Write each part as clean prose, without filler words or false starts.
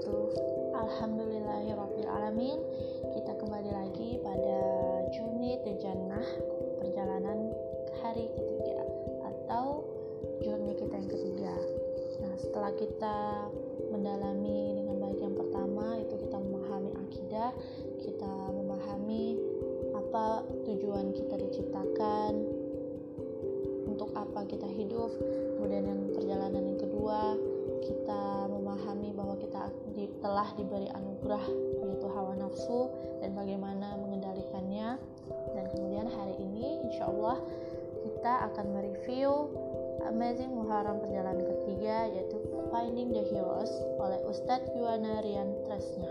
wabarakatuh. Alhamdulillahirrabbilalamin. Kita kembali lagi pada Journey to Jannah, perjalanan hari ketiga atau journey kita yang ketiga. Nah, setelah kita mendalami dengan baik yang pertama, itu kita memahami akidah, kita memahami apa tujuan kita diciptakan, untuk apa kita hidup. Kemudian yang perjalanan yang kedua, kita memahami bahwa kita telah diberi anugerah, yaitu hawa nafsu, dan bagaimana mengendalikannya. Dan kemudian hari ini insya Allah kita akan mereview Amazing Muharram perjalanan ketiga, yaitu Finding the Heroes oleh Ustadz Yuwana Rian Tresna.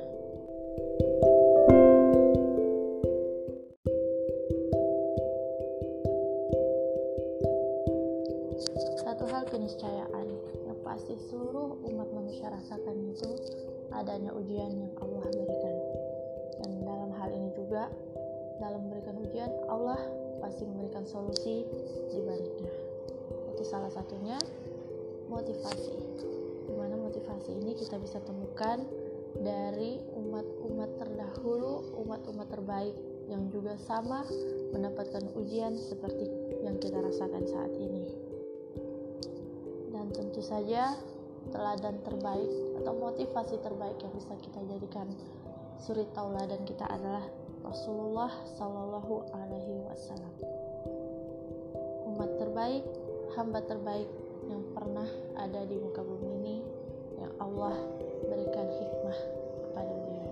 Satu hal keniscayaan yang pasti seluruh umat manusia rasakan, itu adanya ujian yang Allah berikan. Dan dalam hal ini juga, dalam memberikan ujian, Allah pasti memberikan solusi di baliknya. Itu salah satunya motivasi. Dimana motivasi ini kita bisa temukan dari umat-umat terdahulu, umat-umat terbaik yang juga sama mendapatkan ujian seperti yang kita rasakan saat ini. Dan tentu saja teladan terbaik atau motivasi terbaik yang bisa kita jadikan suri tauladan kita adalah Rasulullah Sallallahu Alaihi Wasallam. Umat terbaik, hamba terbaik yang pernah ada di muka bumi ini, yang Allah berikan hikmah kepada beliau.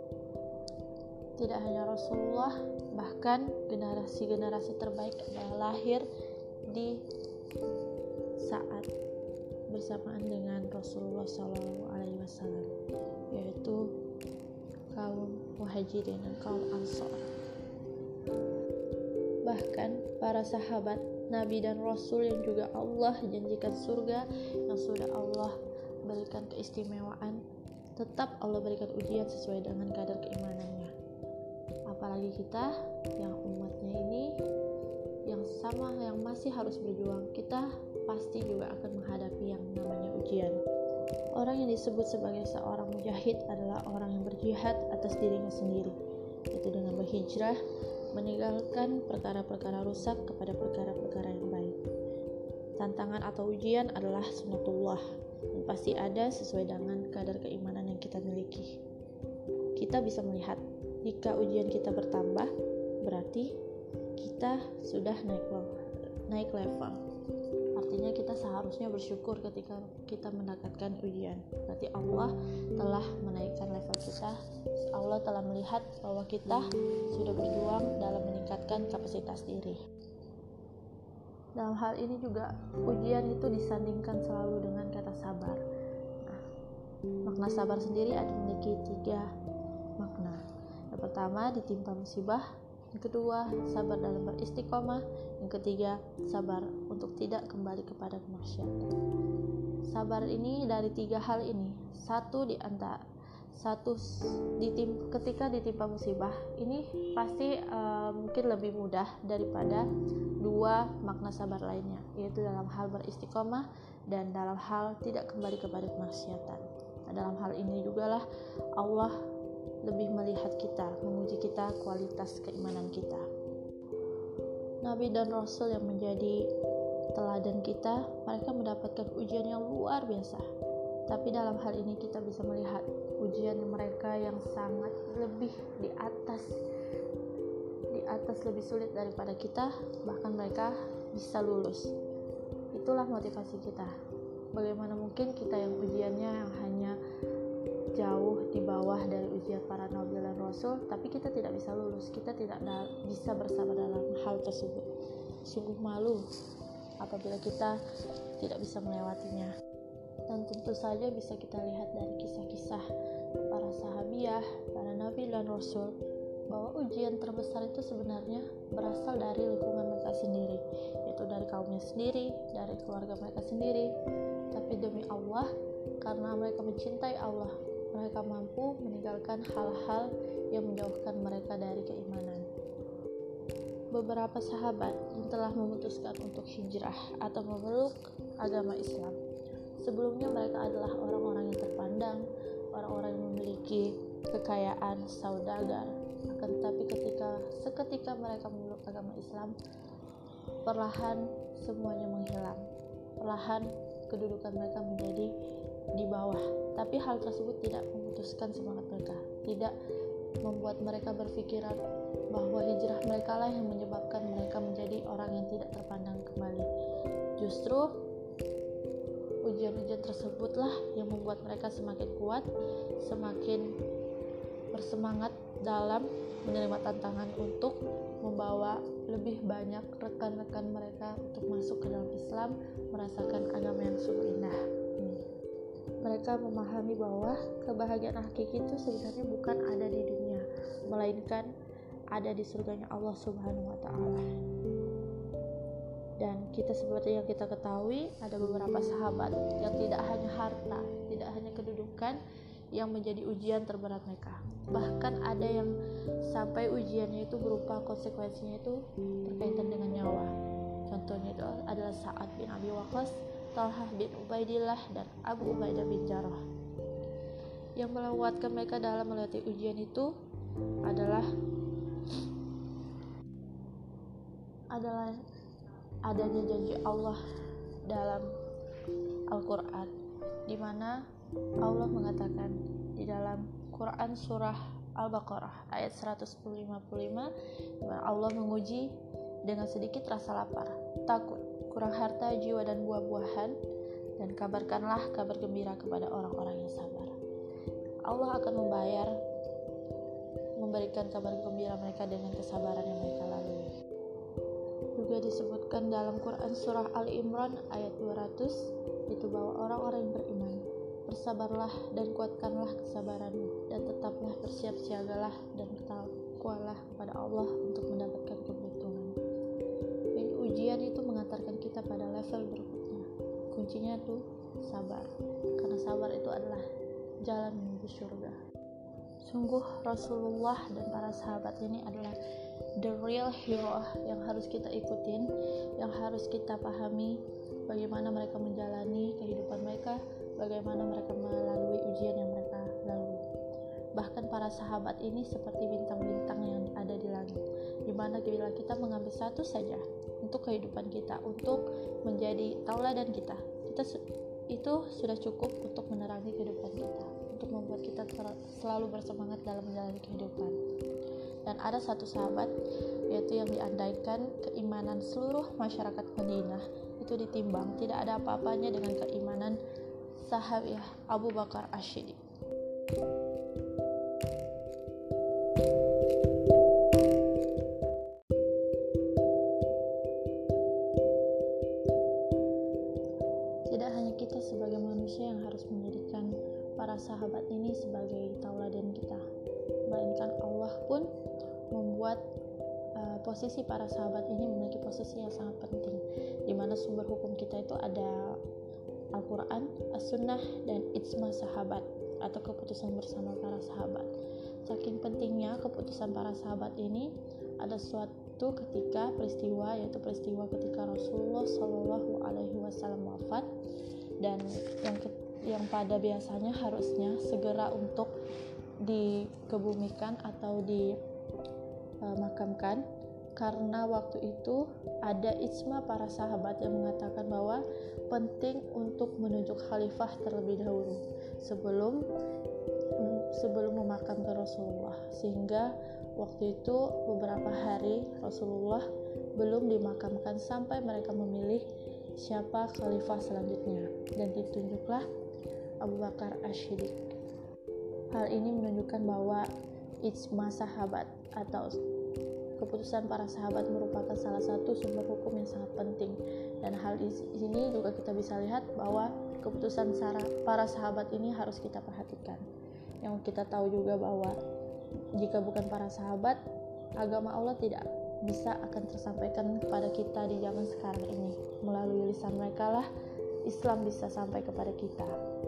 Tidak hanya Rasulullah, bahkan generasi-generasi terbaik adalah lahir di saat bersamaan dengan Rasulullah Sallallahu Alaihi Wasallam, yaitu kaum Muhajirin dan kaum Ansor. Bahkan para sahabat Nabi dan Rasul yang juga Allah janjikan surga, yang sudah Allah berikan keistimewaan, tetap Allah berikan ujian sesuai dengan kadar keimanannya. Apalagi kita yang umatnya ini yang sama, yang masih harus berjuang, kita pasti juga akan menghadapi yang namanya ujian. Orang yang disebut sebagai seorang mujahid adalah orang yang berjihad atas dirinya sendiri, yaitu dengan berhijrah, meninggalkan perkara-perkara rusak kepada perkara-perkara yang baik. Tantangan atau ujian adalah sunnatullah, dan pasti ada sesuai dengan kadar keimanan yang kita miliki. Kita bisa melihat, jika ujian kita bertambah, berarti kita sudah naik level. Artinya kita seharusnya bersyukur ketika kita mendapatkan ujian. Berarti Allah telah menaikkan level kita. Allah telah melihat bahwa kita sudah berjuang dalam meningkatkan kapasitas diri. Dalam hal ini juga ujian itu disandingkan selalu dengan kata sabar. Nah, makna sabar sendiri ada memiliki 3 makna. Yang pertama, ditimpa musibah. Yang kedua, sabar dalam beristiqomah. Yang ketiga, sabar untuk tidak kembali kepada kemaksiatan. Sabar ini dari 3 hal ini, ketika ditimpa musibah ini pasti mungkin lebih mudah daripada 2 makna sabar lainnya, yaitu dalam hal beristiqomah dan dalam hal tidak kembali kepada kemaksiatan. Nah, dalam hal ini jugalah Allah lebih melihat kita, menguji kita, kualitas keimanan kita. Nabi dan Rasul yang menjadi teladan kita, mereka mendapatkan ujian yang luar biasa. Tapi dalam hal ini kita bisa melihat ujian mereka yang sangat lebih di atas lebih sulit daripada kita, bahkan mereka bisa lulus. Itulah motivasi kita. Bagaimana mungkin kita yang ujiannya yang hanya jauh di bawah dari ujian para nabi dan rasul, tapi kita tidak bisa lulus, kita tidak bisa bersabar dalam hal tersebut. Sungguh malu apabila kita tidak bisa melewatinya. Dan tentu saja bisa kita lihat dari kisah-kisah para sahabiah, para nabi dan rasul, bahwa ujian terbesar itu sebenarnya berasal dari lingkungan mereka sendiri, yaitu dari kaumnya sendiri, dari keluarga mereka sendiri. Tapi demi Allah, karena mereka mencintai Allah, mereka mampu meninggalkan hal-hal yang menjauhkan mereka dari keimanan. Beberapa sahabat yang telah memutuskan untuk hijrah atau memeluk agama Islam, sebelumnya mereka adalah orang-orang yang terpandang, orang-orang yang memiliki kekayaan, saudagar. Akan tetapi seketika mereka memeluk agama Islam, perlahan semuanya menghilang. Perlahan kedudukan mereka menjadi di bawah. Tapi hal tersebut tidak memutuskan semangat mereka, tidak membuat mereka berpikiran bahwa hijrah mereka lah yang menyebabkan mereka menjadi orang yang tidak terpandang kembali. Justru ujian-ujian tersebutlah yang membuat mereka semakin kuat, semakin bersemangat dalam menerima tantangan untuk membawa lebih banyak rekan-rekan mereka untuk masuk ke dalam Islam, merasakan agama yang sungguh indah. Mereka memahami bahwa kebahagiaan hakiki itu sebenarnya bukan ada di dunia, melainkan ada di surganya Allah Subhanahu wa Ta'ala. Dan kita seperti yang kita ketahui, ada beberapa sahabat yang tidak hanya harta, tidak hanya kedudukan yang menjadi ujian terberat mereka. Bahkan ada yang sampai ujiannya itu berupa konsekuensinya itu berkaitan dengan nyawa. Contohnya itu adalah Sa'ad bin Abi Waqqas, Talhah bin Ubaidillah, dan Abu Ubaidah bin Jarrah. Yang melewatkan mereka dalam melewati ujian itu adalah adanya janji Allah dalam Al-Quran, di mana Allah mengatakan di dalam Quran surah Al-Baqarah ayat 155, di mana Allah menguji dengan sedikit rasa lapar, takut, kurang harta, jiwa, dan buah-buahan, dan kabarkanlah kabar gembira kepada orang-orang yang sabar. Allah akan memberikan kabar gembira mereka dengan kesabaran yang mereka lalui. Juga disebutkan dalam Quran surah Ali Imran ayat 200, itu bahwa orang-orang yang beriman, bersabarlah dan kuatkanlah kesabaranmu, dan tetaplah bersiap-siagalah dan bertakwalah kepada Allah untuk mendapatkan keberuntungan. Jadi ujian itu mengantarkan kita pada level berikutnya. Kuncinya itu sabar, karena sabar itu adalah jalan menuju surga. Sungguh Rasulullah dan para sahabat ini adalah the real hero yang harus kita ikutin, yang harus kita pahami bagaimana mereka menjalani kehidupan mereka, bagaimana mereka melalui ujian yang mereka lalui. Bahkan para sahabat ini seperti bintang-bintang yang ada di langit, dimana bila kita mengambil satu saja untuk kehidupan kita, untuk menjadi tauladan kita itu sudah cukup untuk menerangi kehidupan kita, untuk membuat kita selalu bersemangat dalam menjalani kehidupan. Dan ada satu sahabat, yaitu yang diandaikan keimanan seluruh masyarakat Madinah itu ditimbang tidak ada apa-apanya dengan keimanan sahabat Abu Bakar Asy-Siddiq. Tidak hanya kita sebagai manusia yang harus menjadikan para sahabat ini sebagai tauladan kita, melainkan Allah pun membuat posisi para sahabat ini memiliki posisi yang sangat penting, di mana sumber hukum kita itu ada Al-Quran, As-Sunnah, dan Ijma sahabat atau keputusan bersama para sahabat. Saking pentingnya keputusan para sahabat ini, ada suatu ketika peristiwa, yaitu peristiwa ketika Rasulullah Shallallahu Alaihi Wasallam wafat, dan yang pada biasanya harusnya segera untuk dikebumikan atau dimakamkan, karena waktu itu ada ijma para sahabat yang mengatakan bahwa penting untuk menunjuk khalifah terlebih dahulu sebelum memakamkan Rasulullah, sehingga waktu itu beberapa hari Rasulullah belum dimakamkan sampai mereka memilih siapa khalifah selanjutnya, dan ditunjuklah Abu Bakar Asy-Siddiq. Hal ini menunjukkan bahwa ijma sahabat atau keputusan para sahabat merupakan salah satu sumber hukum yang sangat penting, dan hal ini juga kita bisa lihat bahwa keputusan para sahabat ini harus kita perhatikan. Yang kita tahu juga bahwa jika bukan para sahabat, agama Allah tidak bisa akan tersampaikan kepada kita di zaman sekarang ini. Melalui lisan mereka lah Islam bisa sampai kepada kita.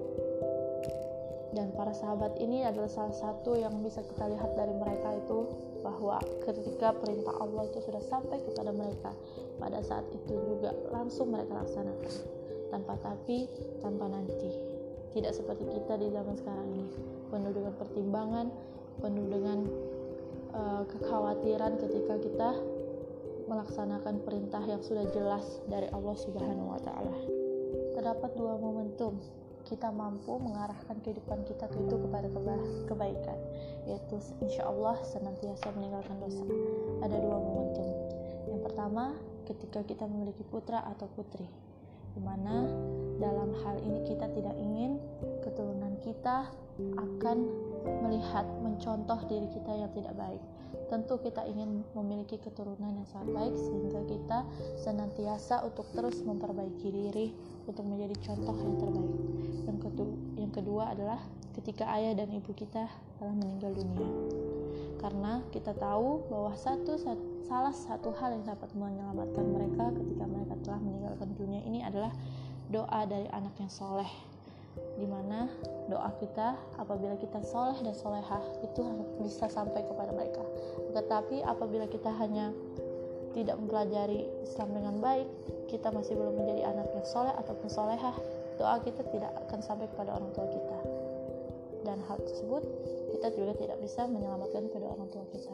Dan para sahabat ini adalah salah satu yang bisa kita lihat dari mereka itu, bahwa ketika perintah Allah itu sudah sampai kepada mereka, pada saat itu juga langsung mereka laksanakan, tanpa tapi, tanpa nanti. tidak seperti kita di zaman sekarang ini, penuh dengan pertimbangan, penuh dengan kekhawatiran ketika kita melaksanakan perintah yang sudah jelas dari Allah Subhanahu wa Ta'ala. Terdapat dua momentum kita mampu mengarahkan kehidupan kita itu kepada kebaikan, yaitu insya Allah senantiasa meninggalkan dosa. Ada dua momentum. Yang pertama, ketika kita memiliki putra atau putri, di mana dalam hal ini kita tidak ingin keturunan kita akan melihat, mencontoh diri kita yang tidak baik. Tentu kita ingin memiliki keturunan yang sangat baik, sehingga kita senantiasa untuk terus memperbaiki diri untuk menjadi contoh yang terbaik. Yang kedua adalah ketika ayah dan ibu kita telah meninggal dunia, karena kita tahu bahwa salah satu hal yang dapat menyelamatkan mereka ketika mereka telah meninggalkan dunia ini adalah doa dari anak yang soleh, dimana doa kita apabila kita soleh dan solehah itu bisa sampai kepada mereka. Tetapi apabila kita hanya tidak mempelajari Islam dengan baik, kita masih belum menjadi anak yang soleh ataupun solehah, doa kita tidak akan sampai kepada orang tua kita, dan hal tersebut kita juga tidak bisa menyelamatkan kedua orang tua kita.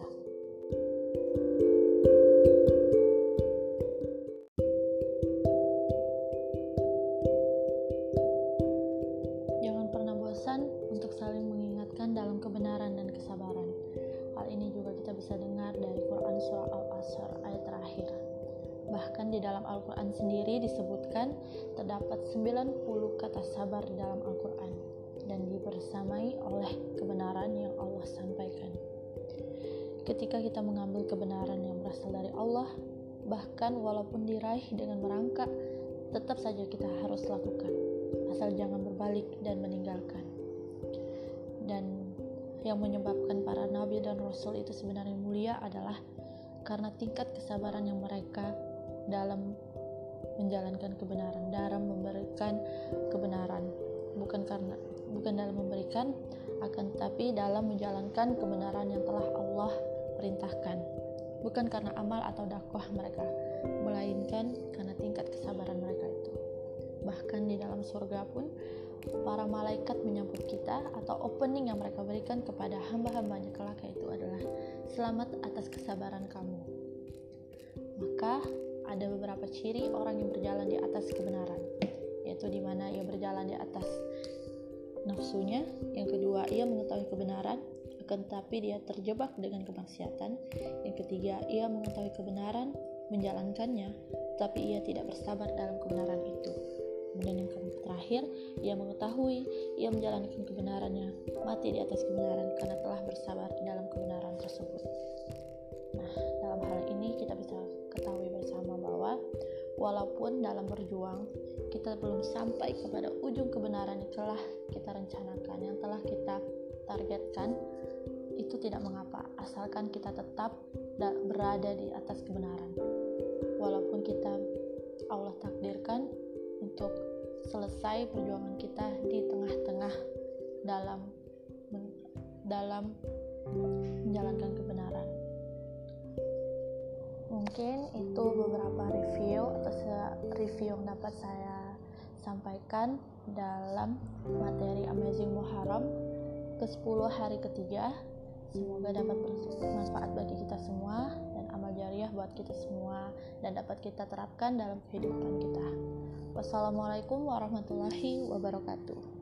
Jangan pernah bosan untuk saling mengingatkan dalam kebenaran dan kesabaran. Hal ini juga kita bisa dengar dari Quran surah Al-Asr ayat terakhir. Bahkan di dalam Al-Quran sendiri disebutkan terdapat 90 kata sabar di dalam Al-Quran, dan dibersamai oleh kebenaran yang Allah sampaikan. Ketika kita mengambil kebenaran yang berasal dari Allah, bahkan walaupun diraih dengan merangkak, tetap saja kita harus lakukan, asal jangan berbalik dan meninggalkan. Dan yang menyebabkan para nabi dan rasul itu sebenarnya mulia adalah karena tingkat kesabaran yang mereka dalam menjalankan kebenaran, dalam memberikan kebenaran, bukan dalam memberikan, akan tetapi dalam menjalankan kebenaran yang telah Allah perintahkan, bukan karena amal atau dakwah mereka, melainkan karena tingkat kesabaran mereka itu. Bahkan di dalam surga pun para malaikat menyambut kita, atau opening yang mereka berikan kepada hamba-hambanya kelak itu adalah selamat atas kesabaran kamu. Maka ada beberapa ciri orang yang berjalan di atas kebenaran, yaitu di mana ia berjalan di atas nafsunya. Yang kedua, ia mengetahui kebenaran, akan tetapi dia terjebak dengan kemaksiatan. Yang ketiga, ia mengetahui kebenaran, menjalankannya, tapi ia tidak bersabar dalam kebenaran itu. Kemudian yang terakhir, ia mengetahui, ia menjalankan kebenarannya, mati di atas kebenaran karena telah bersabar dalam kebenaran tersebut. Nah, dalam hal ini kita bisa ketahui bersama bahwa walaupun dalam berjuang kita belum sampai kepada ujung kebenaran yang telah kita rencanakan, yang telah kita targetkan, itu tidak mengapa, asalkan kita tetap berada di atas kebenaran. Walaupun Allah takdirkan untuk selesai perjuangan kita di tengah-tengah dalam menjalankan kebenaran. Mungkin itu beberapa review yang dapat saya sampaikan dalam materi Amazing Muharram ke-10 hari ketiga. Semoga dapat bermanfaat bagi kita semua dan amal jariah buat kita semua, dan dapat kita terapkan dalam kehidupan kita. Wassalamualaikum warahmatullahi wabarakatuh.